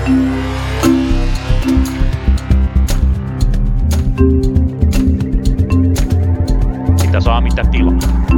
Mitä saa, mitä tilaa.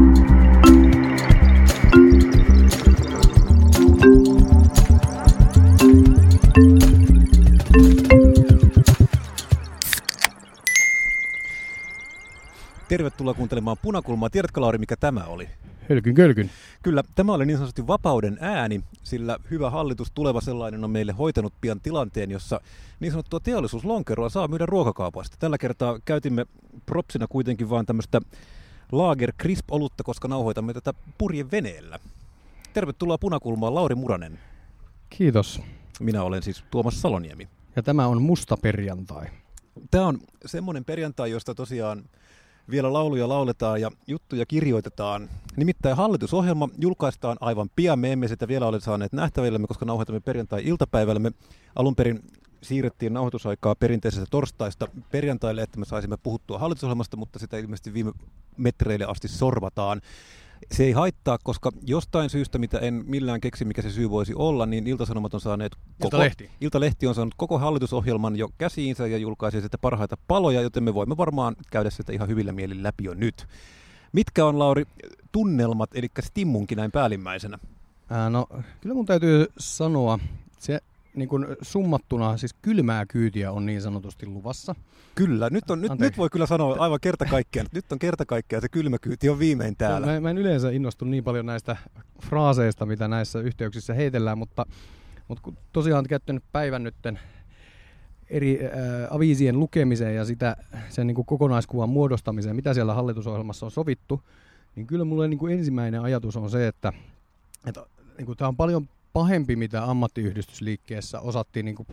Tervetuloa kuuntelemaan Punakulmaa. Tiedätkö, Lauri, mikä tämä oli? Hölkyn kölkyn. Kyllä, tämä oli niin sanotusti vapauden ääni, sillä hyvä hallitus, tuleva sellainen, on meille hoitanut pian tilanteen, jossa niin sanottua teollisuuslonkeroa saa myydä ruokakaupasta. Tällä kertaa käytimme propsina kuitenkin vaan tämmöistä Lager Crisp-olutta, koska nauhoitamme tätä purjeveneellä. Tervetuloa Punakulmaan, Lauri Muranen. Kiitos. Minä olen siis Tuomas Saloniemi. Ja tämä on musta perjantai. Tämä on semmoinen perjantai, josta tosiaan vielä lauluja lauletaan ja juttuja kirjoitetaan. Nimittäin hallitusohjelma julkaistaan aivan pian. Me emme sitä vielä ole saaneet nähtävillemme, koska nauhoitamme perjantai-iltapäivällä. Me alun perin siirrettiin nauhoitusaikaa perinteisestä torstaista perjantaille, että me saisimme puhuttua hallitusohjelmasta, mutta sitä ilmeisesti viime metreille asti sorvataan. Se ei haittaa, koska jostain syystä, mitä en millään keksi, mikä se syy voisi olla, niin Ilta-Sanomat on saaneet Iltalehti on saanut koko hallitusohjelman jo käsiinsä ja julkaisee sitä parhaita paloja, joten me voimme varmaan käydä sitä ihan hyvillä mielin läpi jo nyt. Mitkä on, Lauri, tunnelmat, eli stimmunkin näin päällimmäisenä? No, kyllä mun täytyy sanoa, se niin kuin summattuna, siis kylmää kyytiä on niin sanotusti luvassa. Kyllä, nyt voi kyllä sanoa aivan kerta kaikkiaan, että nyt on kerta kaikkiaan se kylmä kyyti on viimein täällä. Mä en yleensä innostu niin paljon näistä fraaseista, mitä näissä yhteyksissä heitellään, mutta kun tosiaan olen käyttänyt päivän nytten eri aviisien lukemiseen ja sen niin kuin kokonaiskuvan muodostamiseen, mitä siellä hallitusohjelmassa on sovittu, niin kyllä mulle niin kuin ensimmäinen ajatus on se, että niin kuin tämä on paljon pahempi, mitä ammattiyhdistysliikkeessä osattiin niin kuin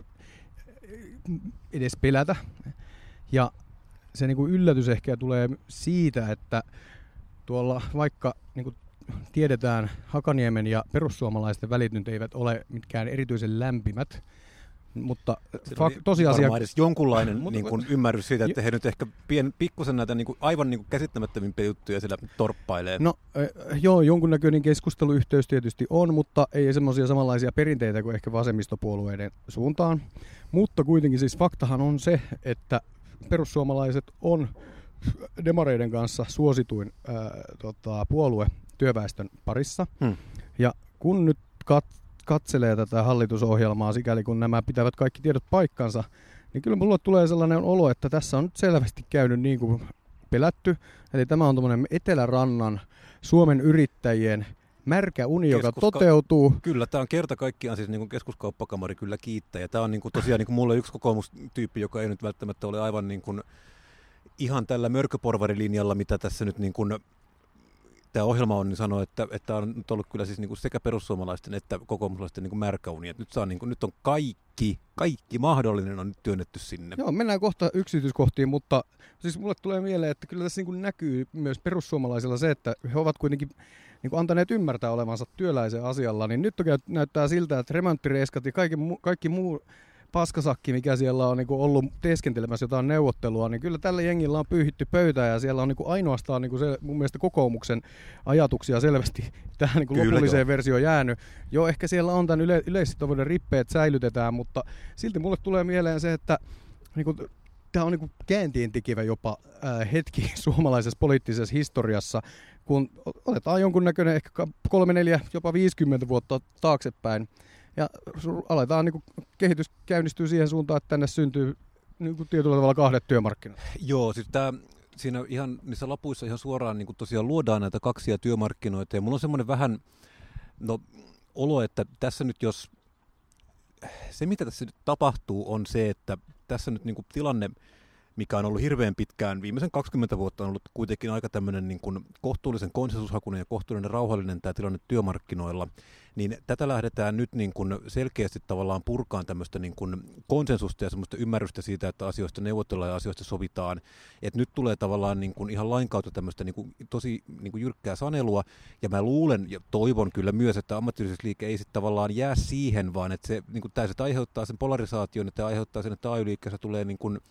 edes pelätä. Ja se niin kuin yllätys ehkä tulee siitä, että tuolla vaikka niin kuin tiedetään Hakaniemen ja perussuomalaisten välit nyt eivät ole mitkään erityisen lämpimät, mutta tosiasia varmaan edes jonkunlainen niin kuin ymmärrys siitä, että he nyt ehkä pikkusen näitä niin kuin aivan niin kuin käsittämättömimpiä juttuja siellä torppailee. No joo, jonkunnäköinen keskusteluyhteys tietysti on, mutta ei semmoisia samanlaisia perinteitä kuin ehkä vasemmistopuolueiden suuntaan. Mutta kuitenkin siis faktahan on se, että perussuomalaiset on demareiden kanssa suosituin puolue työväestön parissa. Ja kun nyt katselee tätä hallitusohjelmaa, sikäli kun nämä pitävät kaikki tiedot paikkansa, niin kyllä mulle tulee sellainen olo, että tässä on nyt selvästi käynyt niin kuin pelätty. Eli tämä on tuommoinen Etelärannan Suomen yrittäjien märkä uni, joka toteutuu. Kyllä, tämä on kerta kaikkiaan siis niin kuin keskuskauppakamari kyllä kiittää. Ja tämä on niin kuin tosiaan niin kuin mulle yksi kokoomustyyppi, joka ei nyt välttämättä ole aivan niin kuin ihan tällä mörköporvarilinjalla, mitä tässä nyt niin kuin tämä ohjelma on, niin sanoo, että on nyt ollut kyllä siis niin kuin sekä perussuomalaisten että kokoomuslaisten niin kuin märkäuni. Että nyt on kaikki mahdollinen on nyt työnnetty sinne. Joo, mennään kohta yksityiskohtiin, mutta siis mulle tulee mieleen, että kyllä tässä niin kuin näkyy myös perussuomalaisilla se, että he ovat kuitenkin niin kuin antaneet ymmärtää olevansa työläisen asialla, niin nyt näyttää siltä, että remonttireiskat ja kaikki muu paskasakki, mikä siellä on niin kuin ollut teeskentelemässä jotain neuvottelua, niin kyllä tällä jengillä on pyyhitty pöytää ja siellä on niin kuin ainoastaan niin kuin se, mun mielestä kokoomuksen ajatuksia selvästi tähän niin kuin lopulliseen versioon jäänyt. Joo, ehkä siellä on tämän yleissitovuuden rippeet säilytetään, mutta silti mulle tulee mieleen se, että niin kuin, tämä on niin kuin kääntiintekevä jopa hetki suomalaisessa poliittisessa historiassa, kun otetaan jonkunnäköinen ehkä 3, 4, jopa 50 vuotta taaksepäin. Ja aletaan, niin kuin, kehitys käynnistyy siihen suuntaan, että tänne syntyy niin kuin tietyllä tavalla kahdet työmarkkinat. Joo, siis siinä ihan niissä lapuissa ihan suoraan niin kuin tosiaan luodaan näitä kaksia työmarkkinoita. Ja mulla on semmoinen vähän olo, että tässä nyt se mitä tässä nyt tapahtuu on se, että tässä nyt niin kuin tilanne, mikä on ollut hirveän pitkään, viimeisen 20 vuotta on ollut kuitenkin aika tämmöinen niin kuin kohtuullisen konsensushakuinen ja kohtuullinen rauhallinen tämä tilanne työmarkkinoilla, niin tätä lähdetään nyt niin kuin selkeästi tavallaan purkaan tämmöistä niin kuin konsensusta ja semmoista ymmärrystä siitä, että asioista neuvotellaan ja asioista sovitaan. Että nyt tulee tavallaan niin kuin ihan lain kautta tämmöistä niin kuin tosi niin kuin jyrkkää sanelua, ja mä luulen ja toivon kyllä myös, että ammattiyhdistysliike ei sitten tavallaan jää siihen, vaan että se, niin kuin tämä aiheuttaa sen polarisaation, että aiheuttaa sen, että AY-liikkeessä tulee niin kuin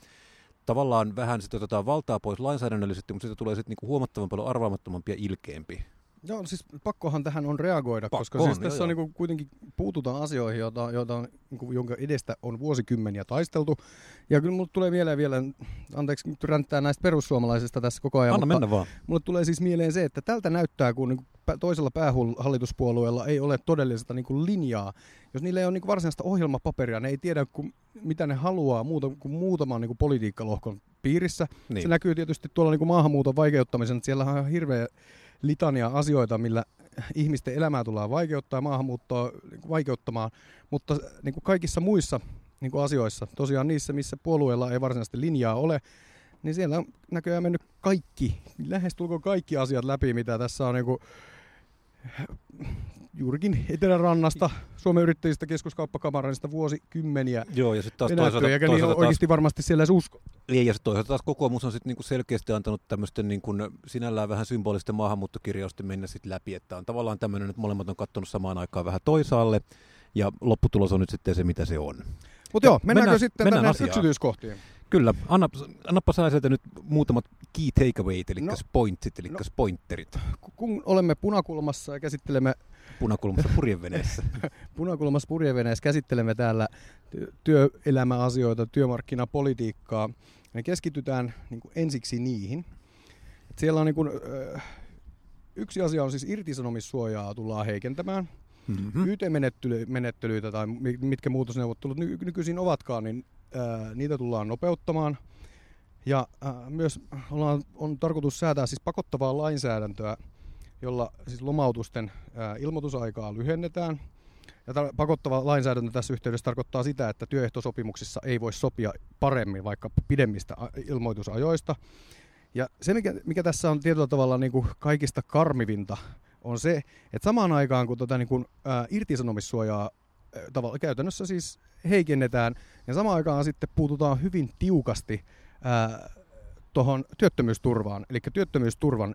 tavallaan vähän sitten otetaan valtaa pois lainsäädännöllisesti, mutta siitä tulee sitten niinku huomattavan paljon arvaamattomampia ilkeämpi. Joo, siis pakkohan tähän on reagoida, koska siis tässä on niin kuitenkin puututaan asioihin, jonka edestä on vuosikymmeniä taisteltu. Ja kyllä mulle tulee mieleen vielä, anteeksi nyt ränttää näistä perussuomalaisista tässä koko ajan, Anna mennä vaan. Mulle tulee siis mieleen se, että tältä näyttää, kun niin toisella päähallituspuolueella ei ole todellista niin linjaa. Jos niillä ei ole niin varsinaista ohjelmapaperia, ne ei tiedä, mitä ne haluaa muuta kuin muutaman niin politiikkalohkon piirissä. Niin. Se näkyy tietysti tuolla niin maahanmuuton vaikeuttamisen, että siellä on hirveä litania asioita, millä ihmisten elämää tullaan vaikeuttaa ja maahanmuuttoa vaikeuttamaan, mutta niin kuin kaikissa muissa niin kuin asioissa, tosiaan niissä, missä puolueella ei varsinaisesti linjaa ole, niin siellä on näköjään mennyt lähestulkoon kaikki asiat läpi, mitä tässä on niin kuin juurikin Etelärannasta, Suomen yrittäjistä, keskuskauppakamaranista vuosikymmeniä. Joo, ja sitten taas toisaalta eikä niin oikeasti varmasti siellä edes usko. Ei, ja sitten toisaalta taas kokoomus on sitten niinku selkeästi antanut tämmöisten niinku sinällään vähän symbolisten maahanmuuttokirjausten mennä sitten läpi, että on tavallaan tämmöinen, että molemmat on katsonut samaan aikaan vähän toisaalle, ja lopputulos on nyt sitten se, mitä se on. Mutta joo, mennäänkö sitten tänne yksityiskohtiin? Kyllä, annappa sä sieltä nyt muutamat key takeawayt, eli pointsit, eli pointerit. Kun olemme Punakulmassa ja käsittelemme... Punakulmassa purjeveneessä. Punakulmassa purjeveneessä käsittelemme täällä työelämäasioita, työmarkkinapolitiikkaa. Me keskitytään niin kuin ensiksi niihin. Et siellä on niin kuin, yksi asia on siis irtisanomissuojaa tullaan heikentämään. Mm-hmm. YT-menettelyitä tai mitkä muutosneuvottelut nykyisin ovatkaan, niin niitä tullaan nopeuttamaan. Ja myös on tarkoitus säätää siis pakottavaa lainsäädäntöä, jolla siis lomautusten ilmoitusaikaa lyhennetään. Ja pakottava lainsäädäntö tässä yhteydessä tarkoittaa sitä, että työehtosopimuksissa ei voi sopia paremmin vaikka pidemmistä ilmoitusajoista. Ja se, mikä tässä on tietyllä tavalla niin kuin kaikista karmivinta, on se, että samaan aikaan kun irtisanomissuojaa käytännössä siis heikennetään, ja samaan aikaan sitten puututaan hyvin tiukasti tuohon työttömyysturvaan, eli työttömyysturvan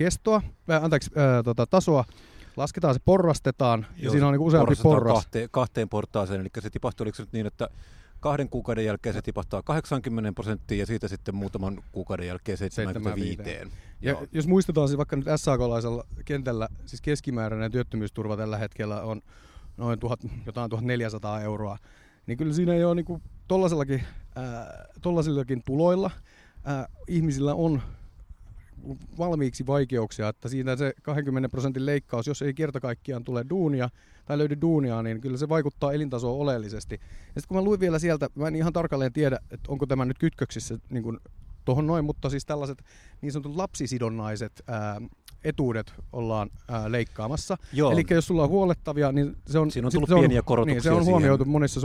tasoa lasketaan, se porrastetaan, ja siinä on niin useampi porras. Kahteen portaaseen, eli se tipahtui, oliko se nyt niin, että 2 kuukauden jälkeen se tipahtaa 80% ja siitä sitten muutaman kuukauden jälkeen 75%. Ja jos muistetaan siis vaikka nyt SAK-laisella kentällä, siis keskimääräinen työttömyysturva tällä hetkellä on noin 1400 euroa, niin kyllä siinä ei ole niin tollasillakin tuloilla ihmisillä on valmiiksi vaikeuksia, että siinä se 20% leikkaus, jos ei kerta kaikkiaan tule duunia tai löydy duunia, niin kyllä se vaikuttaa elintasoon oleellisesti. Ja sitten kun mä luin vielä sieltä, mä en ihan tarkalleen tiedä, että onko tämä nyt kytköksissä niin kuin tuohon noin, mutta siis tällaiset niin sanotut lapsisidonnaiset etuudet ollaan leikkaamassa. Eli jos sulla on huolettavia, niin se on, siinä on tullut pieniä korotuksia. Niin, se on huomioitu monissa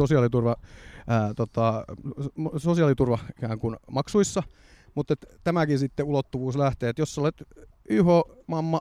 sosiaaliturva ikään kuin maksuissa, mutta tämäkin sitten ulottuvuus lähtee, että jos olet YH-mamma,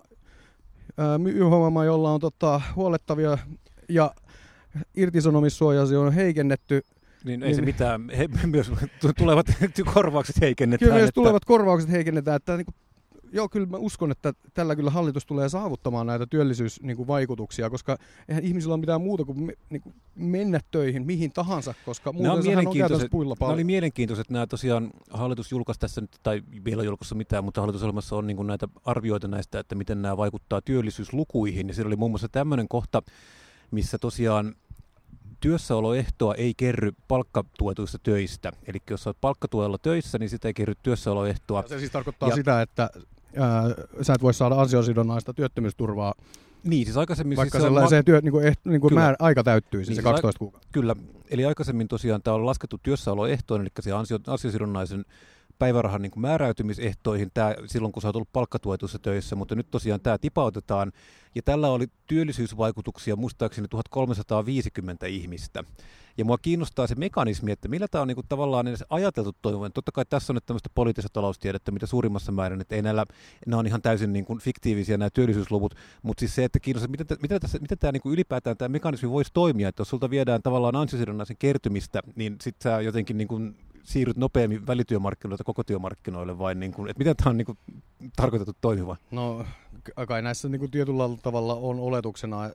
jolla on huolettavia ja irtisanomissuojasi on heikennetty, niin ei se mitään, myös tulevat korvaukset heikennetään. Kyllä myös tulevat korvaukset heikennetään, että niin kuin, joo, kyllä mä uskon, että tällä kyllä hallitus tulee saavuttamaan näitä työllisyysvaikutuksia, koska eihän ihmisillä ole mitään muuta kuin mennä töihin mihin tahansa, koska muuten sehän on käytännössä puilla paljon. Nämä oli mielenkiintoiset, nämä tosiaan hallitus julkaisi tässä nyt, tai vielä julkaisi mitään, mutta hallitusohjelmassa on niin kuin näitä arvioita näistä, että miten nämä vaikuttaa työllisyyslukuihin, ja siellä oli muun muassa tämmöinen kohta, missä tosiaan työssäoloehtoa ei kerry palkkatuetuista töistä. Eli jos olet palkkatuella töissä, niin sitä ei kerry työssäoloehtoa. Se siis tarkoittaa sitä, että sä et voi saada ansiosidonnaista työttömyysturvaa. Niin, siis aikaisemmin... Vaikka siis sellaiseen aika täyttyisi, se 12 kuukautta. Kyllä, eli aikaisemmin tosiaan tämä on laskettu työssäoloehtoon, eli se ansiosidonnaisen päivärahan niin kuin määräytymisehtoihin silloin, kun sä oot ollut palkkatuetussa töissä, mutta nyt tosiaan tämä tipautetaan, ja tällä oli työllisyysvaikutuksia muistaakseni 1350 ihmistä. Ja mua kiinnostaa se mekanismi, että millä tämä on niin kuin tavallaan edes ajateltu toimivan. Totta kai tässä on nyt tämmöistä poliittista taloustiedettä, mitä suurimmassa määrin, että ei nämä on ihan täysin niin kuin fiktiivisiä nämä työllisyysluvut, mutta siis se, että kiinnostaa, miten tämä niin kuin ylipäätään tämä mekanismi voisi toimia, että jos sulta viedään tavallaan ansiosidonnaisen kertymistä, niin sitten sä jotenkin niin kuin siirryt nopeammin välityömarkkinoilta koko työmarkkinoille, vai niin kuin, että miten tämä on niin kuin tarkoitettu toimiva? No kai näissä niin kuin tietyllä tavalla on oletuksena,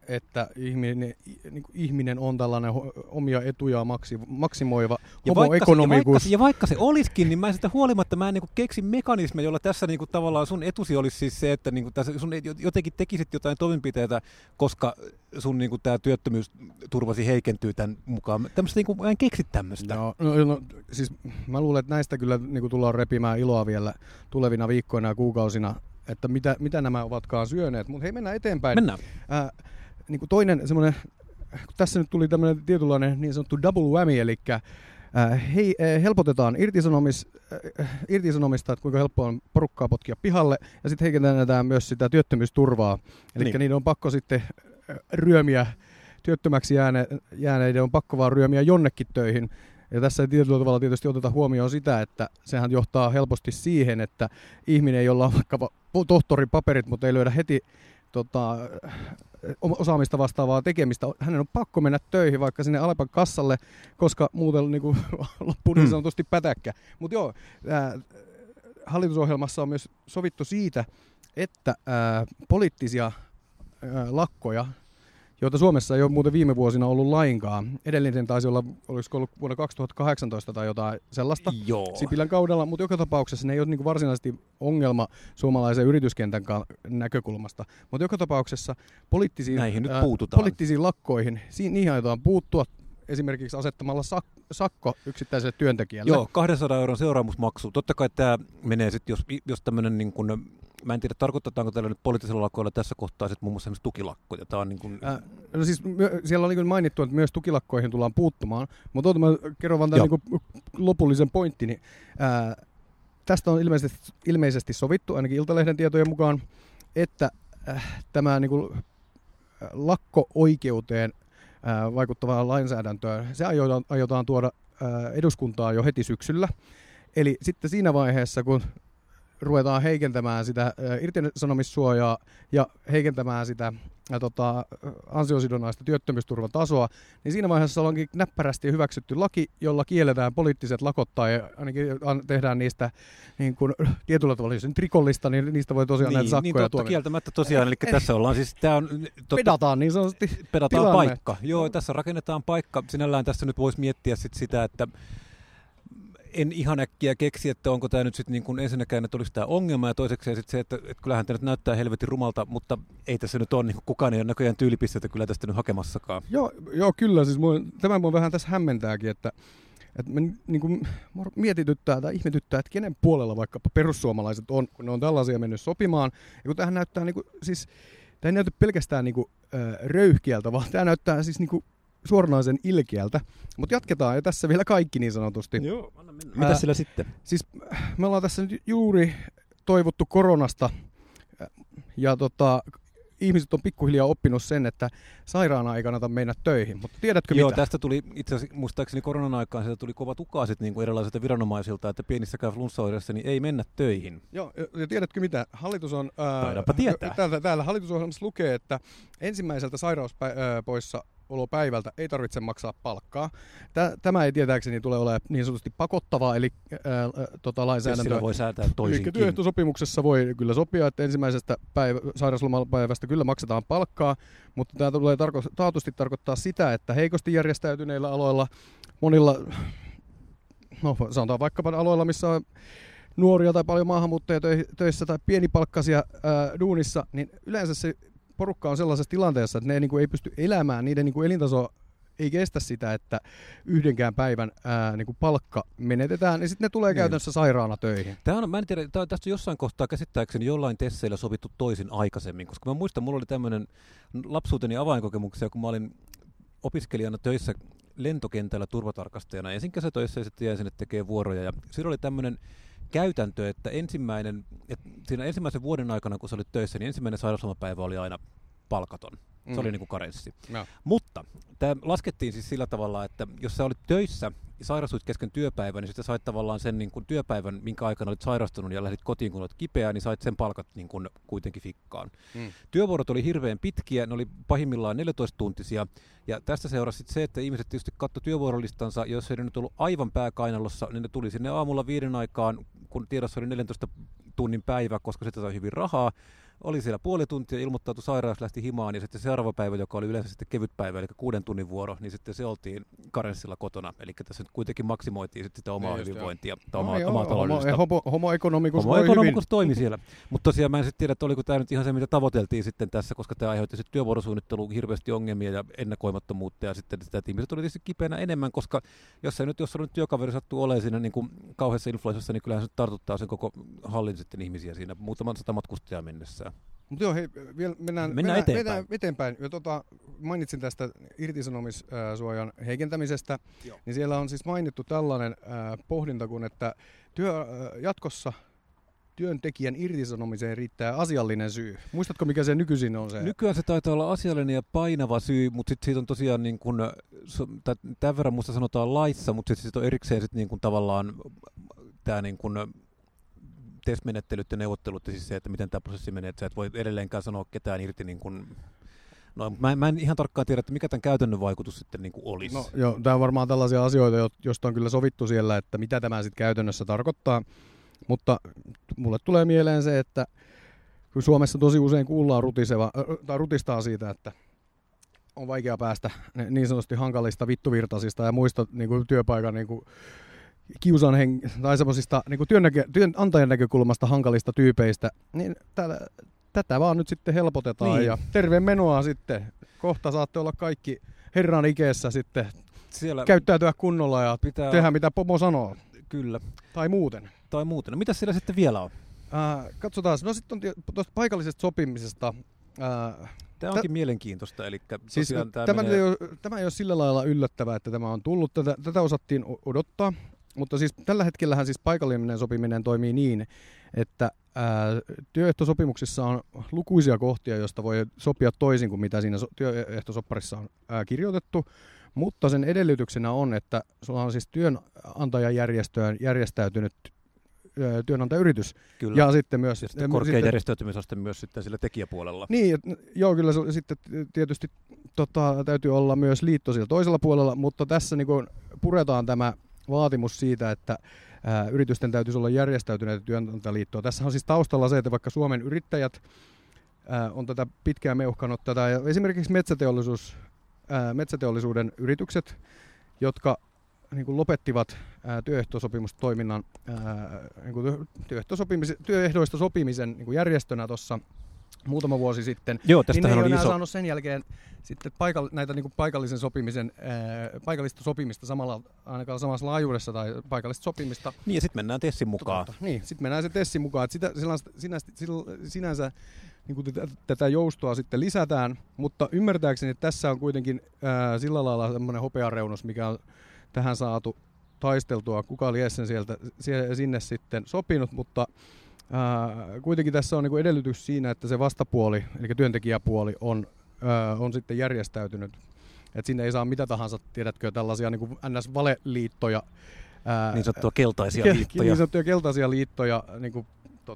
että ihminen on tällainen omia etujaan maksimoiva homo-economicus. Ja vaikka se olisikin, niin mä en sitä huolimatta mä en niin keksi mekanismeja, jolla tässä niin tavallaan sun etusi olisi siis se, että niin tässä sun jotenkin tekisit jotain toimenpiteitä, koska sun niin tämä työttömyysturvasi heikentyy tämän mukaan. Tämmöistä niin mä en keksi tämmöistä. No, siis mä luulen, että näistä kyllä niin tullaan repimään iloa vielä tulevina viikkoina ja kuukausina, että mitä nämä ovatkaan syöneet. Mutta hei, mennään eteenpäin. Mennään. Niin kuin toinen semmoinen, tässä nyt tuli tämmöinen tietynlainen niin sanottu double whammy, eli helpotetaan irtisanomista, että kuinka helppoa on porukkaa potkia pihalle, ja sitten heikennetään myös sitä työttömyysturvaa. Eli niin. Niiden on pakko sitten ryömiä, työttömäksi jääneiden on pakko vaan ryömiä jonnekin töihin. Ja tässä ei tietyllä tavalla tietysti oteta huomioon sitä, että sehän johtaa helposti siihen, että ihminen, jolla on vaikka tohtorin paperit, mutta ei löydä heti osaamista vastaavaa tekemistä, hänen on pakko mennä töihin vaikka sinne Alepan kassalle, koska muuten niin loppuu niin sanotusti pätäkkä. Mutta joo, hallitusohjelmassa on myös sovittu siitä, että poliittisia lakkoja, joita Suomessa ei ole muuten viime vuosina ollut lainkaan. Edellinen taisi olla, olisiko ollut vuonna 2018 tai jotain sellaista Sipilän kaudella, mutta joka tapauksessa ne ei ole niin kuin varsinaisesti ongelma suomalaisen yrityskentän näkökulmasta. Mutta joka tapauksessa poliittisiin lakkoihin, niihin aiotaan puuttua esimerkiksi asettamalla sakko yksittäiselle työntekijälle. Joo, 200 € seuraamusmaksu. Totta kai tämä menee sitten, jos tämmöinen niin kuin, mä en tiedä, tarkoitetaanko tällä nyt poliittisella lakkoilla tässä kohtaa sitten muun muassa esimerkiksi tukilakkoja. Tämä on niin kuin... No siis siellä on niin kuin mainittu, että myös tukilakkoihin tullaan puuttumaan, mutta mä kerron vaan tämän niin lopullisen pointtini. Tästä on ilmeisesti sovittu, ainakin Iltalehden tietojen mukaan, että tämä niin kuin lakko-oikeuteen vaikuttavaa lainsäädäntöä, se aiotaan tuoda eduskuntaan jo heti syksyllä. Eli sitten siinä vaiheessa, kun ruvetaan heikentämään sitä irtisanomissuojaa ja heikentämään sitä ansiosidonnaista työttömyysturvan tasoa, niin siinä vaiheessa onkin näppärästi hyväksytty laki, jolla kielletään poliittiset lakot tai ainakin tehdään niistä niin kuin tietyllä tavalla, jos nyt rikollista, niin niistä voi tosiaan näitä sakkoja tuomita. Niin kieltämättä tosiaan, eli tässä ollaan siis, tämä on... Pedataan niin sanotusti pedataan paikka. Joo, tässä rakennetaan paikka. Sinällään tässä nyt voisi miettiä sitä, että en ihan äkkiä keksi, että onko tämä nyt sitten niin kuin ensinnäkään, että olisi tämä ongelma, ja toiseksi sitten se, että kyllähän tämä nyt näyttää helvetin rumalta, mutta ei tässä nyt ole, niin kukaan ei ole näköjään tyylipisteitä kyllä tästä nyt hakemassakaan. Joo kyllä, siis tämä mua vähän tässä hämmentääkin, että me niin kuin mietityttää tai ihmetyttää, että kenen puolella vaikkapa perussuomalaiset on, kun ne on tällaisia mennyt sopimaan, ja kun tämähän näyttää, niin kuin, siis tämä ei näytä pelkästään niin kuin, röyhkiältä, vaan tämä näyttää siis niin kuin suoranaisen ilkeältä, mutta jatketaan ja tässä vielä kaikki niin sanotusti. Joo, anna mennä. Mitä sillä sitten? Siis me ollaan tässä nyt juuri toivottu koronasta ja ihmiset on pikkuhiljaa oppinut sen, että sairaana ei kannata mennä töihin, mutta tiedätkö mitä? Joo, mitä? Tästä tuli itse asiassa muistaakseni koronan aikaan, sieltä tuli kovat ukaasit niin kuin erilaisilta viranomaisilta, että pienissäkään flunssaoireissa niin ei mennä töihin. Joo, ja tiedätkö mitä? Hallitus on... Taidaanpa tietää. Täällä hallitusohjelmassa lukee, että ensimmäiseltä sairauspoissa olopäivältä ei tarvitse maksaa palkkaa. Tämä ei tietääkseni tule olemaan niin sanotusti pakottavaa, eli lainsäädäntöä. Sillä voi säätää toisinkin. Eli työehtosopimuksessa voi kyllä sopia, että ensimmäisestä sairauslomapäivästä kyllä maksetaan palkkaa, mutta tämä tulee taatusti tarkoittaa sitä, että heikosti järjestäytyneillä aloilla, monilla, no sanotaan vaikkapa aloilla, missä on nuoria tai paljon maahanmuuttajia töissä tai pienipalkkaisia duunissa, niin yleensä se porukka on sellaisessa tilanteessa, että ne ei pysty elämään, niiden elintaso ei kestä sitä, että yhdenkään päivän palkka menetetään, ja sitten ne tulee käytännössä sairaana töihin. Mä en tiedä, tästä jossain kohtaa käsittääkseni jollain tesseillä sovittu toisin aikaisemmin, koska mä muistan, mulla oli tämmöinen lapsuuteni avainkokemuksia, kun mä olin opiskelijana töissä lentokentällä turvatarkastajana, ensin kesätöissä ja sitten jäin sinne tekemään vuoroja, ja siinä oli tämmöinen käytäntö, että siinä ensimmäisen vuoden aikana, kun sä olit töissä, niin ensimmäinen sairauslomapäivä oli aina palkaton. Se oli niin kuin karenssi. No. Mutta tämä laskettiin siis sillä tavalla, että jos sä olit töissä ja sairastuit kesken työpäivän, niin sitten sait tavallaan sen niin kuin työpäivän, minkä aikana olit sairastunut ja lähdit kotiin, kun olit kipeä, niin sait sen palkat niin kuin kuitenkin fikkaan. Työvuorot oli hirveän pitkiä, ne oli pahimmillaan 14-tuntisia, ja tästä seurasi se, että ihmiset tietysti katsoi työvuorolistansa, ja jos ei ne nyt ollut aivan pääkainalossa, niin ne tuli sinne aamulla 5 aikaan, kun tiedossa oli 14 tunnin päivä, koska sitä sai hyvin rahaa, oli siellä puoli tuntia, ilmoittautui sairaus, lähti himaan ja sitten seuraava päivä, joka oli yleensä sitten kevyt päivä, eli 6 tunnin vuoro, niin sitten se oltiin karenssilla kotona. Eli tässä nyt kuitenkin maksimoitiin sitten sitä omaa hyvinvointia tai omaa taloudellista. Homo economicus toimi siellä. Mutta tosiaan mä en sitten tiedä, että oliko tämä nyt ihan se, mitä tavoiteltiin sitten tässä, koska tämä aiheutti sitten työvuorosuunnitteluun hirveästi ongelmia ja ennakoimattomuutta ja sitten sitä, että ihmiset oli tietysti kipeänä enemmän, koska jos on nyt työkaveri sattuu olemaan siinä niin kuin kauheassa influenssassa, niin kyllähän se tartuttaa sen koko hallin sitten ihmisiä siinä muutaman 100 matkustajaa mennessään. Mutta joo, hei, vielä mennään eteenpäin. Ja mainitsin tästä irtisanomissuojan heikentämisestä, niin siellä on siis mainittu tällainen pohdinta kuin, että jatkossa työntekijän irtisanomiseen riittää asiallinen syy. Muistatko, mikä se nykyisin on se? Nykyään se taitaa olla asiallinen ja painava syy, mutta sitten siitä on tosiaan, niin kun, tämän verran musta sanotaan laissa, mutta sitten on erikseen sit niin kun tavallaan tämä niin kun testmenettelyt ja neuvottelut ja siis se, että miten tämä prosessi menee, että sä et voi edelleenkään sanoa ketään irti niin kun. No, mä en ihan tarkkaan tiedä, että mikä tämän käytännön vaikutus sitten niin kuin olisi. No joo, tämä on varmaan tällaisia asioita, joista on kyllä sovittu siellä, että mitä tämä sitten käytännössä tarkoittaa. Mutta mulle tulee mieleen se, että kun Suomessa tosi usein kuullaan rutistaa siitä, että on vaikea päästä niin sanotusti hankalista vittuvirtaisista ja muista niin kuin työpaikan niin kuin tai semmoisista niin kuin työnantajan näkökulmasta hankalista tyypeistä, niin tätä vaan nyt sitten helpotetaan niin. Ja terve menoa sitten. Kohta saatte olla kaikki herran ikeessä sitten siellä käyttäytyä kunnolla ja tehdä mitä pomo sanoo. Kyllä. Tai muuten. No mitä siellä sitten vielä on? Katsotaan. No sitten on tuosta paikallisesta sopimisesta. Tämä onkin mielenkiintoista. Eli siis tämä ei ole sillä lailla yllättävää, että tämä on tullut. Tätä osattiin odottaa. Mutta siis tällä hetkellähän siis paikallinen sopiminen toimii niin, että työehtosopimuksissa on lukuisia kohtia, joista voi sopia toisin kuin mitä siinä työehtosopparissa on kirjoitettu. Mutta sen edellytyksenä on, että sulla on siis työnantajajärjestöön järjestäytynyt työnantajayritys. Kyllä. Ja sitten myös... Ja sitten korkea järjestäytymisaste myös sitten sillä tekijäpuolella. Niin, joo, kyllä sitten tietysti täytyy olla myös liitto sillä toisella puolella, mutta tässä niin kuin puretaan tämä vaatimus siitä, että yritysten täytyisi olla järjestäytyneitä työnantajaliittoa. Tässä on siis taustalla se, että vaikka Suomen yrittäjät on tätä pitkään meuhkanut tätä, ja esimerkiksi metsäteollisuuden yritykset, jotka niin kuin lopettivat työehtosopimustoiminnan, niin kuin työehdoista sopimisen niin kuin järjestönä tuossa muutama vuosi sitten, joo, niin ne ei ole enää saanut sen jälkeen sitten näitä niin kuin paikallisen sopimisen, paikallista sopimista ainakaan samassa laajuudessa tai paikallista sopimista. Niin ja sitten mennään TESin mukaan. Niin, sitten mennään se TESin mukaan. Että sinänsä niin kuin tätä joustoa sitten lisätään, mutta ymmärtääkseni tässä on kuitenkin sillä lailla semmoinen hopeareunus, mikä on tähän saatu taisteltua. Kuka lie sen sinne sitten sopinut, mutta kuitenkin tässä on niin kuin edellytys siinä, että se vastapuoli, eli työntekijäpuoli, on sitten järjestäytynyt. Että sinne ei saa mitä tahansa, tiedätkö, tällaisia niin kuin NS-valeliittoja. Niin sanottuja keltaisia liittoja. Niin sanottuja keltaisia liittoja, niin kuin,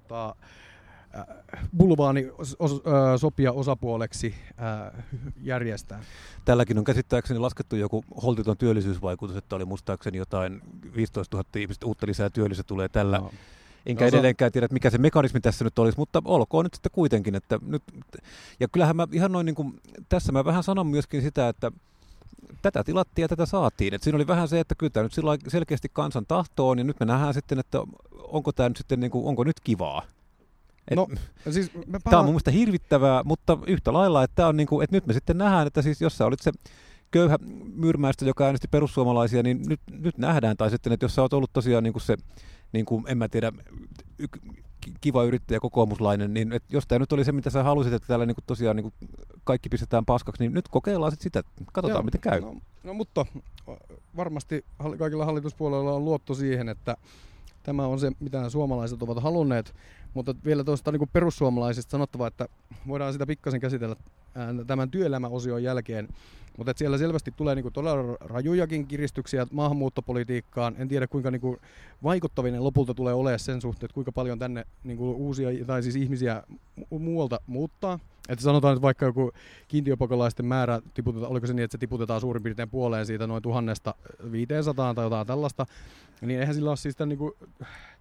bulvaani sopia osapuoleksi järjestää. Tälläkin on käsittääkseni laskettu joku holtiton työllisyysvaikutus, että oli muistaakseni jotain 15 000 ihmistä uutta lisää työllistä tulee tällä. No. Enkä edelleenkään tiedä, että mikä se mekanismi tässä nyt olisi, mutta olkoon nyt sitten kuitenkin. Että nyt, ja kyllähän mä ihan noin niin kuin, tässä mä vähän sanon myöskin sitä, että tätä tilattiin ja tätä saatiin. Et siinä oli vähän se, että kyllä tämä nyt selkeästi kansan tahtoon, ja nyt me nähdään sitten, että onko tämä nyt sitten, niin kuin, onko nyt kivaa. Siis tämä on mun mielestä hirvittävää, mutta yhtä lailla, että, tämä on niin kuin, että nyt me sitten nähdään, että siis jos sä olit se köyhä Myyrmäistä, joka äänesti perussuomalaisia, niin nyt nähdään, tai sitten, että jos sä oot ollut tosiaan niin kuin se, niin kuin, en mä tiedä, kiva yrittäjä kokoomuslainen, niin että jos tämä nyt oli se, mitä sä halusit, että täällä niin kuin tosiaan niin kuin kaikki pistetään paskaksi, niin nyt kokeillaan sitten sitä, katsotaan miten käy. No mutta varmasti kaikilla hallituspuolueilla on luotto siihen, että tämä on se, mitä suomalaiset ovat halunneet, mutta vielä tuosta niin kuin perussuomalaisista sanottava, että voidaan sitä pikkasen käsitellä tämän työelämäosion jälkeen, mutta että siellä selvästi tulee niin kuin todella rajujakin kiristyksiä maahanmuuttopolitiikkaan. En tiedä, kuinka niin kuin vaikuttavinen lopulta tulee olemaan sen suhteen, että kuinka paljon tänne niin kuin uusia tai siis ihmisiä muualta muuttaa. Että sanotaan, että vaikka joku kiintiöpakolaisten määrä tiputetaan, oliko se niin, että se tiputetaan suurin piirtein puoleen siitä noin 1,500 tai jotain tällaista, niin eihän sillä ole siis tämän niin kuin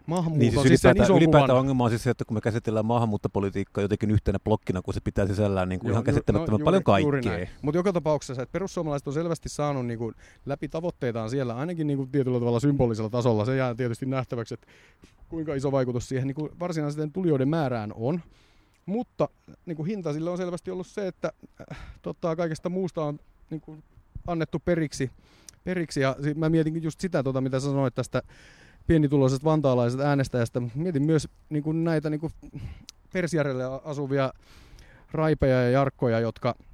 maahanmuuton. Niin siis ylipäätään ongelma on siis se, että kun me käsitellään maahanmuuttopolitiikkaa jotenkin yhtenä blokkina, kun se pitää sisällään niin kuin ihan käsittämättömän paljon kaikkea. Mutta joka tapauksessa, että perussuomalaiset on selvästi saanut niin kuin läpi tavoitteitaan siellä, ainakin niin kuin tietyllä tavalla symbolisella tasolla. Se jää tietysti nähtäväksi, että kuinka iso vaikutus siihen niin kuin varsinaisten tulijoiden määrään on. Mutta niin kuin hinta sille on selvästi ollut se, että kaikesta muusta on niin kuin annettu periksi. Ja mä mietin just sitä, mitä sä sanoit tästä pienituloisesta vantaalaisesta äänestäjästä. Mietin myös niin kuin näitä niin kuin Persijärvellä asuvia raipeja ja jarkkoja,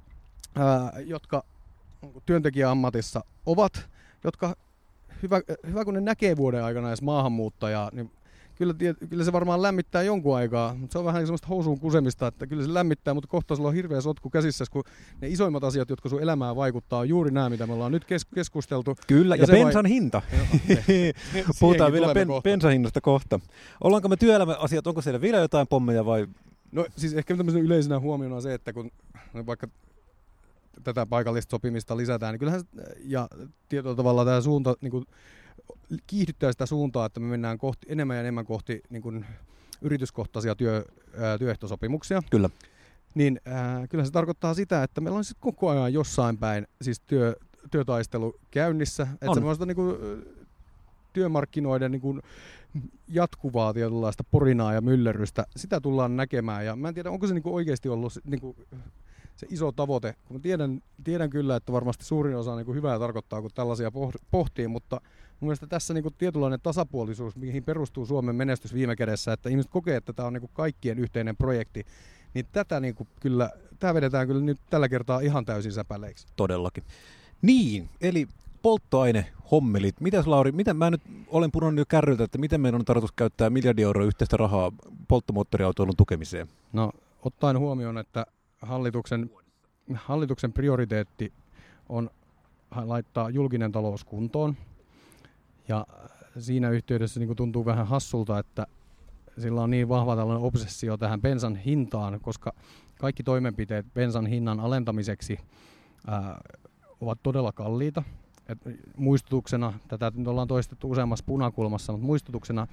jotka työntekijäammatissa ovat, jotka hyvä kun ne näkee vuoden aikana edes maahanmuuttajaa, niin kyllä se varmaan lämmittää jonkun aikaa, mutta se on vähän semmoista housuun kusemista, että kyllä se lämmittää, mutta kohta sulla on hirveä sotku käsissä, kun ne isoimmat asiat, jotka sun elämään vaikuttaa, on juuri nämä, mitä me ollaan nyt keskusteltu. Kyllä, ja bensan hinta. Puhutaan vielä bensan hinnasta kohta. Ollaanko me työelämäasiat, onko siellä vielä jotain pommeja vai? No siis ehkä tämmöisenä yleisenä huomiona on se, että kun vaikka tätä paikallista sopimista lisätään, niin kyllähän ja tietyllä tavalla tämä suunta niin kuin kiihdyttää sitä suuntaa, että me mennään enemmän ja enemmän kohti niin kuin yrityskohtaisia työehtosopimuksia. Kyllä. Niin kyllä se tarkoittaa sitä, että meillä on siis koko ajan jossain päin siis työtaistelu käynnissä. Että semmoista niin kuin työmarkkinoiden niin kuin jatkuvaa tietynlaista porinaa ja myllerrystä, sitä tullaan näkemään. Ja mä en tiedä, onko se niin kuin oikeasti ollut niin kuin se iso tavoite. Kun tiedän kyllä, että varmasti suurin osa niin kuin hyvää tarkoittaa, kun tällaisia pohtii, mutta mun mielestä tässä niin kuin tietynlainen tasapuolisuus, mihin perustuu Suomen menestys viime kädessä, että ihmiset kokee, että tämä on niin kuin kaikkien yhteinen projekti, niin tätä niin kuin kyllä, tämä vedetään kyllä nyt tällä kertaa ihan täysin säpäleiksi. Todellakin. Niin, eli polttoainehommelit. Mitäs Lauri, mä nyt olen pudonnut jo kärryltä, että miten meidän on tarkoitus käyttää miljardi euroa yhteistä rahaa polttomoottoriautoilun tukemiseen? No, ottaen huomioon, että hallituksen prioriteetti on laittaa julkinen talous kuntoon. Ja siinä yhteydessä niin kuin tuntuu vähän hassulta, että sillä on niin vahva tällainen obsessio tähän bensan hintaan, koska kaikki toimenpiteet bensan hinnan alentamiseksi ovat todella kalliita. Et muistutuksena, tätä nyt ollaan toistettu useammassa punakulmassa, mutta muistutuksena,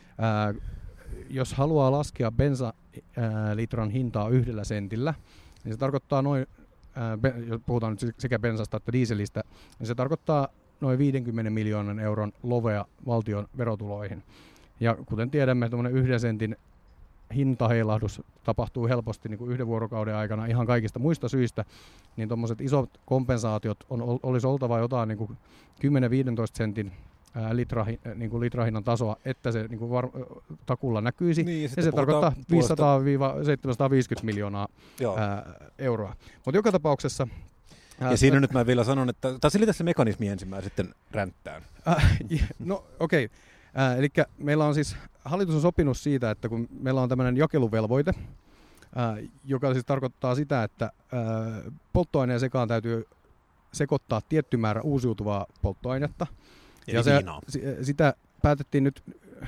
jos haluaa laskea bensalitran hintaa 1 sentillä, niin se tarkoittaa noin, jos puhutaan nyt sekä bensasta että dieselistä, niin se tarkoittaa noin 50 miljoonan euron lovea valtion verotuloihin. Ja kuten tiedämme, tuommoinen 1 sentin hintaheilahdus tapahtuu helposti niin kuin 1 vuorokauden aikana ihan kaikista muista syistä, niin tuommoiset isot kompensaatiot olisi oltava jotain niin kuin 10-15 sentin litrahinnan tasoa, että se niin kuin takulla näkyisi. Niin, ja se tarkoittaa 500-750 miljoonaa euroa. Mutta joka tapauksessa... Ja siinä nyt mä vielä sanon, että... Tai selitä se mekanismi ensin, mä sitten ränttään. No okei. Eli meillä on siis, hallitus on sopinut siitä, että kun meillä on tämmöinen jakeluvelvoite, joka siis tarkoittaa sitä, että polttoaineen sekaan täytyy sekoittaa tietty määrä uusiutuvaa polttoainetta. Ja sitä päätettiin nyt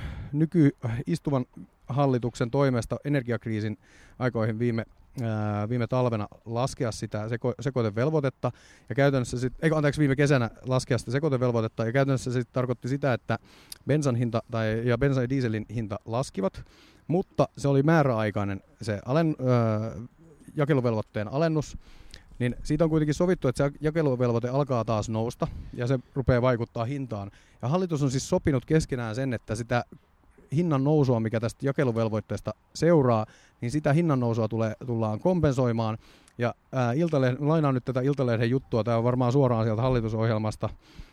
istuvan hallituksen toimesta energiakriisin aikoihin viime talvena laskea sitä sekoitevelvoitetta ja käytännössä viime kesänä laskea sitä sekoitevelvoitetta ja käytännössä se tarkoitti sitä, että bensan hinta ja bensan ja dieselin hinta laskivat, mutta se oli määräaikainen se jakeluvelvoitteen alennus, niin siitä on kuitenkin sovittu, että se jakeluvelvoite alkaa taas nousta ja se rupeaa vaikuttaa hintaan. Ja hallitus on siis sopinut keskenään sen, että sitä hinnan nousua, mikä tästä jakeluvelvoitteesta seuraa, niin sitä hinnan nousua tullaan kompensoimaan. Ja lainaan nyt tätä Iltalehden juttua, tämä on varmaan suoraan sieltä hallitusohjelmasta.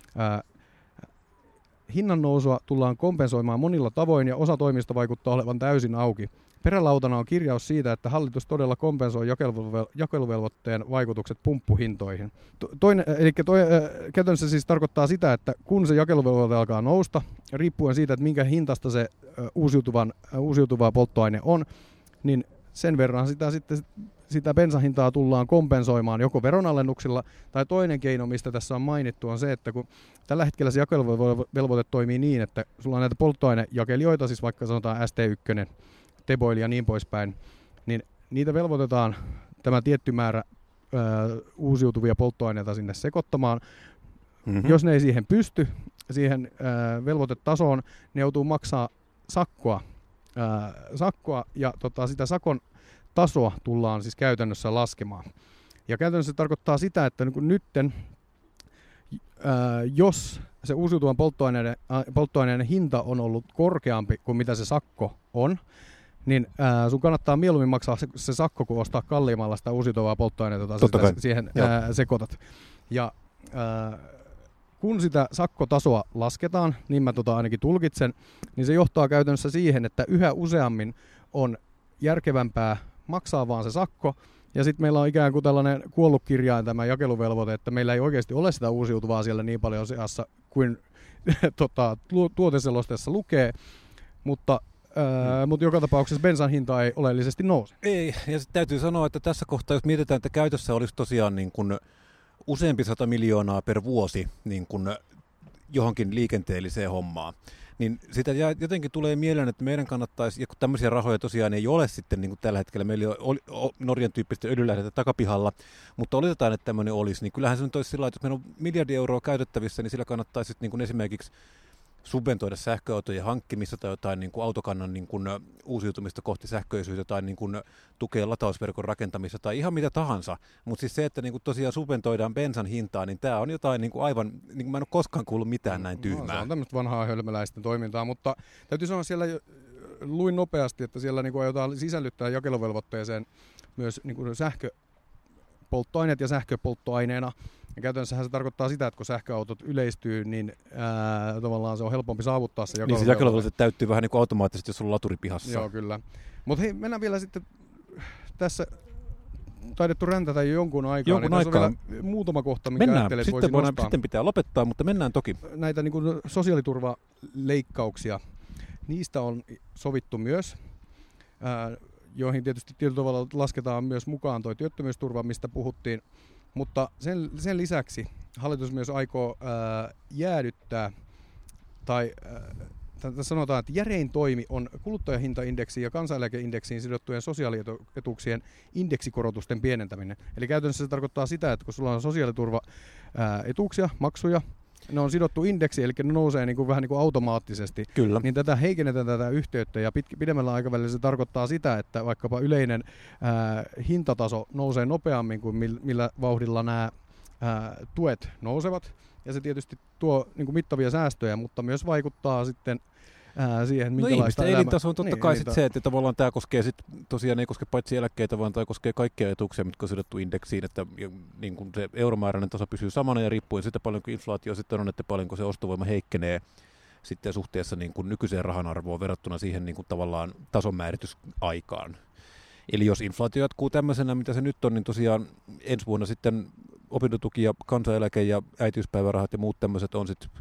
Hinnan nousua tullaan kompensoimaan monilla tavoin ja osa toimista vaikuttaa olevan täysin auki. Perälautana on kirjaus siitä, että hallitus todella kompensoi jakeluvelvoitteen vaikutukset pumppuhintoihin. Käytännössä siis tarkoittaa sitä, että kun se jakeluvelvoite alkaa nousta, riippuen siitä, että minkä hintasta se uusiutuva polttoaine on, niin sen verran sitä bensahintaa tullaan kompensoimaan joko veronalennuksilla, tai toinen keino, mistä tässä on mainittu, on se, että kun tällä hetkellä se jakeluvelvoite toimii niin, että sulla on näitä polttoainejakelijoita, siis vaikka sanotaan ST1, Teboil ja niin poispäin, niin niitä velvoitetaan tämä tietty määrä uusiutuvia polttoaineita sinne sekoittamaan. Mm-hmm. Jos ne ei siihen pysty, siihen velvoitetasoon, ne joutuu maksaa sakkoa ja sitä sakon tasoa tullaan siis käytännössä laskemaan. Ja käytännössä se tarkoittaa sitä, että niin nytten, jos se uusiutuvan polttoaineiden hinta on ollut korkeampi kuin mitä se sakko on, niin sun kannattaa mieluummin maksaa se sakko, kun ostaa kalliimmalla sitä uusiutuvaa polttoainetta, jota siihen sekoitat. Ja kun sitä sakkotasoa lasketaan, niin mä ainakin tulkitsen, niin se johtaa käytännössä siihen, että yhä useammin on järkevämpää maksaa vaan se sakko, ja sitten meillä on ikään kuin tällainen kuollut kirjain tämä jakeluvelvoite, että meillä ei oikeasti ole sitä uusiutuvaa siellä niin paljon seassa kuin tuoteselosteessa lukee, mutta joka tapauksessa bensan hinta ei oleellisesti nouse. Ei, ja sitten täytyy sanoa, että tässä kohtaa, jos mietitään, että käytössä olisi tosiaan niin kuin useampi 100 miljoonaa per vuosi niin kuin johonkin liikenteelliseen hommaan, niin sitä jotenkin tulee mieleen, että meidän kannattaisi, ja kun tämmöisiä rahoja tosiaan ei ole sitten niin kuin tällä hetkellä, meillä on Norjan tyyppistä öljylähdettä takapihalla, mutta oletetaan, että tämmöinen olisi, niin kyllähän se nyt olisi sillä lailla, että jos meillä on miljardi euroa käytettävissä, niin sillä kannattaisi niin kuin esimerkiksi subventoida sähköautojen hankkimista tai jotain niin kuin autokannan niin kuin uusiutumista kohti sähköisyyttä tai niin kuin tukea latausverkon rakentamista tai ihan mitä tahansa. Mutta siis se, että niin kuin tosiaan subventoidaan bensan hintaa, niin tämä on jotain niin kuin aivan, niin kuin mä en ole koskaan kuullut mitään näin tyhmää. No, se on tämmöistä vanhaa hölmöläisten toimintaa, mutta täytyy sanoa siellä, luin nopeasti, että siellä niin kuin aiotaan sisällyttää jakeluvelvoitteeseen myös niin kuin sähköpolttoaineet ja sähköpolttoaineena. Ja käytännössähän se tarkoittaa sitä, että kun sähköautot yleistyy, niin tavallaan se on helpompi saavuttaa se jakeluvelvoite. Niin se jakeluvelvoite täyttyy vähän niin kuin automaattisesti, jos on laturi pihassa. Joo, kyllä. Mutta hei, mennään vielä sitten tässä taidettu räntätä jo jonkun aikaa. Niin tässä on vielä muutama kohta, minkä ajattelee, että voisi nostaa. Sitten pitää lopettaa, mutta mennään toki. Näitä niin kuin sosiaaliturvaleikkauksia, niistä on sovittu myös, joihin tietysti tietyllä tavalla lasketaan myös mukaan tuo työttömyysturva, mistä puhuttiin. Mutta sen lisäksi hallitus myös aikoo jäädyttää, tai sanotaan, että järein toimi on kuluttajahintaindeksiin ja kansaneläkeindeksiin sidottujen sosiaalietuuksien indeksikorotusten pienentäminen. Eli käytännössä se tarkoittaa sitä, että kun sulla on sosiaaliturvaetuuksia, maksuja, ne on sidottu indeksiin, eli ne nousee niin kuin, vähän niin kuin automaattisesti. Kyllä. Niin tätä heikennetään tätä yhteyttä, ja pidemmällä aikavälillä se tarkoittaa sitä, että vaikkapa yleinen hintataso nousee nopeammin kuin millä vauhdilla nämä tuet nousevat, ja se tietysti tuo niin kuin mittavia säästöjä, mutta myös vaikuttaa sitten siihen, minkälaista ihmisten elintaso on totta kai sit se, että tavallaan tämä koskee sit, tosiaan ei koske paitsi eläkkeitä, vaan tämä koskee kaikkia etuuksia, mitkä on sidottu indeksiin, että niin kun se euromääräinen taso pysyy samana ja riippuen siitä paljonko inflaatio sitten on, että paljonko se ostovoima heikkenee sitten suhteessa niin kun nykyiseen rahan arvoon verrattuna siihen niin kun tavallaan tasonmääritysaikaan. Eli jos inflaatio jatkuu tämmöisenä, mitä se nyt on, niin tosiaan ensi vuonna sitten opintotuki ja kansaneläke ja äitiyspäivärahat ja muut tämmöiset on sitten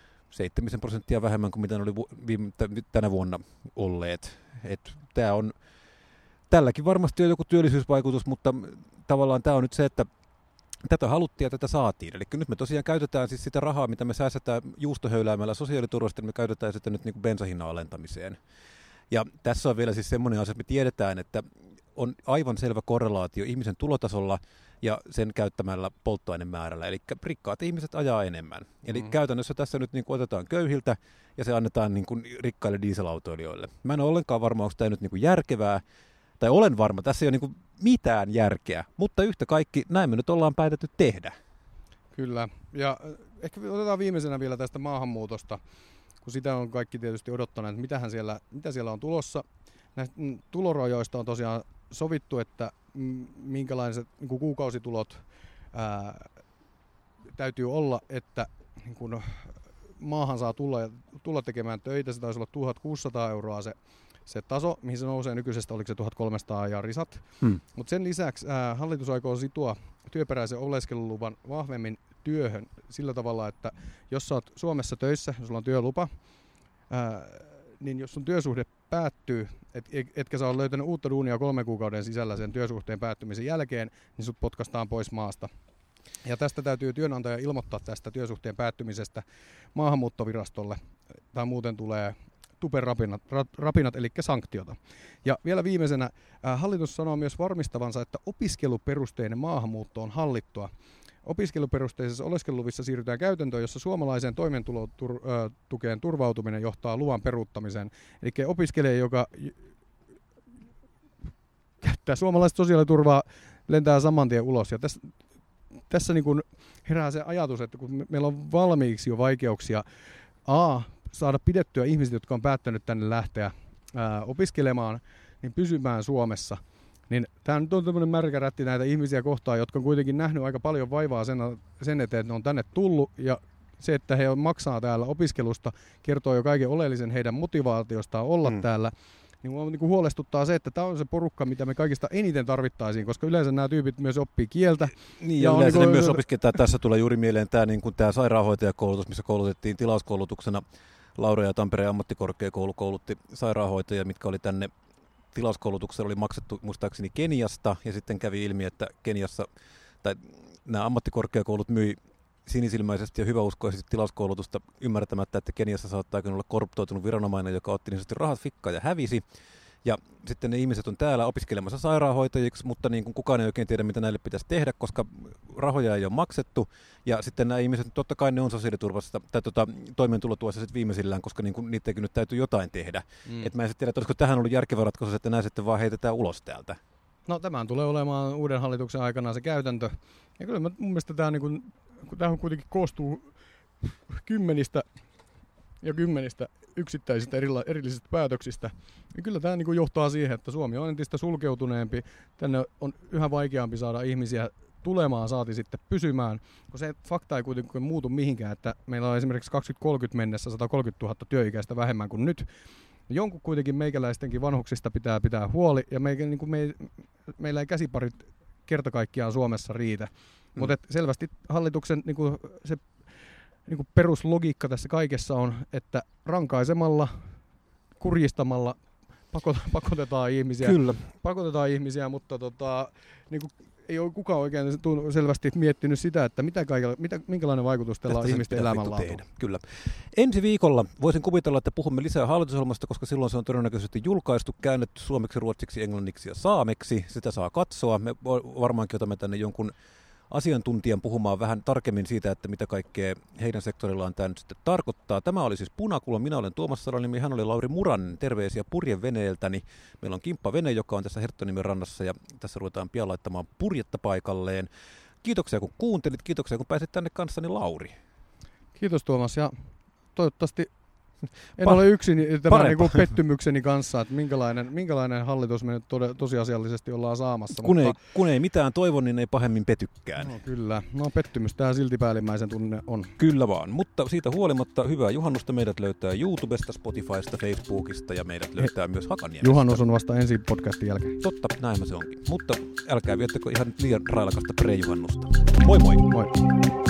7% vähemmän kuin mitä ne oli tänä vuonna olleet. Tämä on, tälläkin varmasti on joku työllisyysvaikutus, mutta tavallaan tämä on nyt se, että tätä haluttiin ja tätä saatiin. Eli nyt me tosiaan käytetään siis sitä rahaa, mitä me säästetään juustohöyläämällä sosiaaliturvasta, niin me käytetään sitä nyt niin kuin bensahinnan alentamiseen. Ja tässä on vielä siis semmoinen asia, että me tiedetään, että on aivan selvä korrelaatio ihmisen tulotasolla ja sen käyttämällä polttoainemäärällä. Eli rikkaat ihmiset ajaa enemmän. Eli käytännössä tässä nyt niin kuin otetaan köyhiltä ja se annetaan niin kuin rikkaille dieselautoilijoille. Mä en ole ollenkaan varma, onko tämä nyt niin kuin järkevää. Tai olen varma, tässä ei ole niin kuin mitään järkeä. Mutta yhtä kaikki, näin me nyt ollaan päätetty tehdä. Kyllä. Ja ehkä otetaan viimeisenä vielä tästä maahanmuutosta, kun sitä on kaikki tietysti odottaneet, että mitä siellä on tulossa. Näistä tulorajoista on tosiaan sovittu, että minkälaiset niin kuin kuukausitulot täytyy olla, että niin kuin maahan saa tulla tekemään töitä. Se taisi olla 1600 euroa se taso, mihin se nousee nykyisestä, oliko se 1300 ja risat. Mutta sen lisäksi hallitus aikoo sitoa työperäisen oleskeluluvan vahvemmin työhön sillä tavalla, että jos sä oot Suomessa töissä, jos sulla on työlupa, niin jos sun työsuhde päättyy, etkä sä ole löytänyt uutta duunia 3 kuukauden sisällä sen työsuhteen päättymisen jälkeen, niin sut potkaistaan pois maasta. Ja tästä täytyy työnantaja ilmoittaa tästä työsuhteen päättymisestä maahanmuuttovirastolle, tai muuten tulee tuperapinat, eli sanktiota. Ja vielä viimeisenä, hallitus sanoo myös varmistavansa, että opiskeluperusteinen maahanmuutto on hallittua. Opiskeluperusteisessa oleskeluluvissa siirrytään käytäntöön, jossa suomalaiseen toimeentulotukeen turvautuminen johtaa luvan peruuttamiseen. Eli opiskelija, joka käyttää suomalaista sosiaaliturvaa, lentää saman tien ulos. Ja tässä niin kuin herää se ajatus, että kun meillä on valmiiksi jo vaikeuksia saada pidettyä ihmiset, jotka on päättänyt tänne lähteä opiskelemaan, niin pysymään Suomessa, niin tämä nyt on tämmöinen märkä rätti näitä ihmisiä kohtaan, jotka on kuitenkin nähnyt aika paljon vaivaa sen eteen, että ne on tänne tullut, ja se, että he maksaa täällä opiskelusta, kertoo jo kaiken oleellisen heidän motivaatiostaan olla täällä. Niin minua niin huolestuttaa se, että tämä on se porukka, mitä me kaikista eniten tarvittaisiin, koska yleensä nämä tyypit myös oppii kieltä. Niin, ja yleensä ne myös opiskeletaan. Tässä tulee juuri mieleen tämä, niin kuin tämä sairaanhoitajakoulutus, missä koulutettiin tilauskoulutuksena. Laura ja Tampereen ammattikorkeakoulu koulutti sairaanhoitajia, mitkä oli tänne tilauskoulutuksella oli maksettu muistaakseni Keniasta, ja sitten kävi ilmi, että Keniassa nämä ammattikorkeakoulut myi sinisilmäisesti ja hyväuskoisesti tilauskoulutusta ymmärtämättä, että Keniassa saattaa olla korruptoitunut viranomainen, joka otti niin sanotusti rahat fikkaan ja hävisi. Ja sitten ne ihmiset on täällä opiskelemassa sairaanhoitajiksi, mutta niin kuin kukaan ei oikein tiedä, mitä näille pitäisi tehdä, koska rahoja ei ole maksettu. Ja sitten nämä ihmiset, totta kai ne on sosiaaliturvasta tai toimeentulotuessa sitten viimeisillään, koska niin kuin niidenkin nyt täytyy jotain tehdä. Et mä en sitten tiedä, että olisiko tähän ollut järkevä ratkaisu, että nämä sitten vaan heitetään ulos täältä. No tämän tulee olemaan uuden hallituksen aikana se käytäntö. Ja kyllä mun mielestä tämä, niin kun tämä kuitenkin koostuu kymmenistä yksittäisistä erillisistä päätöksistä, niin kyllä tämä niin johtaa siihen, että Suomi on entistä sulkeutuneempi. Tänne on yhä vaikeampi saada ihmisiä tulemaan, saati sitten pysymään, kun se fakta ei kuitenkaan muutu mihinkään, että meillä on esimerkiksi 2030 mennessä 130 000 työikäistä vähemmän kuin nyt. Jonkun kuitenkin meikäläistenkin vanhuksista pitää huoli, ja meillä ei käsiparit kerta kaikkiaan Suomessa riitä. Mutta selvästi hallituksen se peruslogiikka tässä kaikessa on, että rankaisemalla, kurjistamalla pakotetaan ihmisiä. Kyllä. Pakotetaan ihmisiä, mutta ei ole kukaan oikein selvästi miettinyt sitä, että minkälainen vaikutus tällä on ihmisten elämänlaatuun. Kyllä. Ensi viikolla voisin kuvitella, että puhumme lisää hallitusohjelmasta, koska silloin se on todennäköisesti julkaistu, käännetty suomeksi, ruotsiksi, englanniksi ja saameksi. Sitä saa katsoa. Me varmaankin otamme tänne jonkun asiantuntijan puhumaan vähän tarkemmin siitä, että mitä kaikkea heidän sektorillaan tämä nyt sitten tarkoittaa. Tämä oli siis Punakulo, minä olen Tuomas Salanimi, hän oli Lauri Muranen, terveisiä purjeveneeltäni. Meillä on kimppavene, joka on tässä Herttoniemen rannassa ja tässä ruvetaan pian laittamaan purjetta paikalleen. Kiitoksia kun kuuntelit, kiitoksia kun pääsit tänne kanssani, Lauri. Kiitos Tuomas, ja toivottavasti en ole yksin tämän pettymykseni kanssa, että minkälainen hallitus me nyt tosiasiallisesti ollaan saamassa. Kun ei mitään toivo, niin ei pahemmin petykään. No kyllä. No pettymys tämä silti päällimmäisen tunne on. Kyllä vaan, mutta siitä huolimatta hyvää juhannusta. Meidät löytää YouTubesta, Spotifysta, Facebookista ja meidät löytää myös Hakaniemestä. Juhannus on vasta ensi podcastin jälkeen. Totta, näin se onkin. Mutta älkää viettäkö ihan liian railakasta pre-juhannusta. Moi moi! Moi!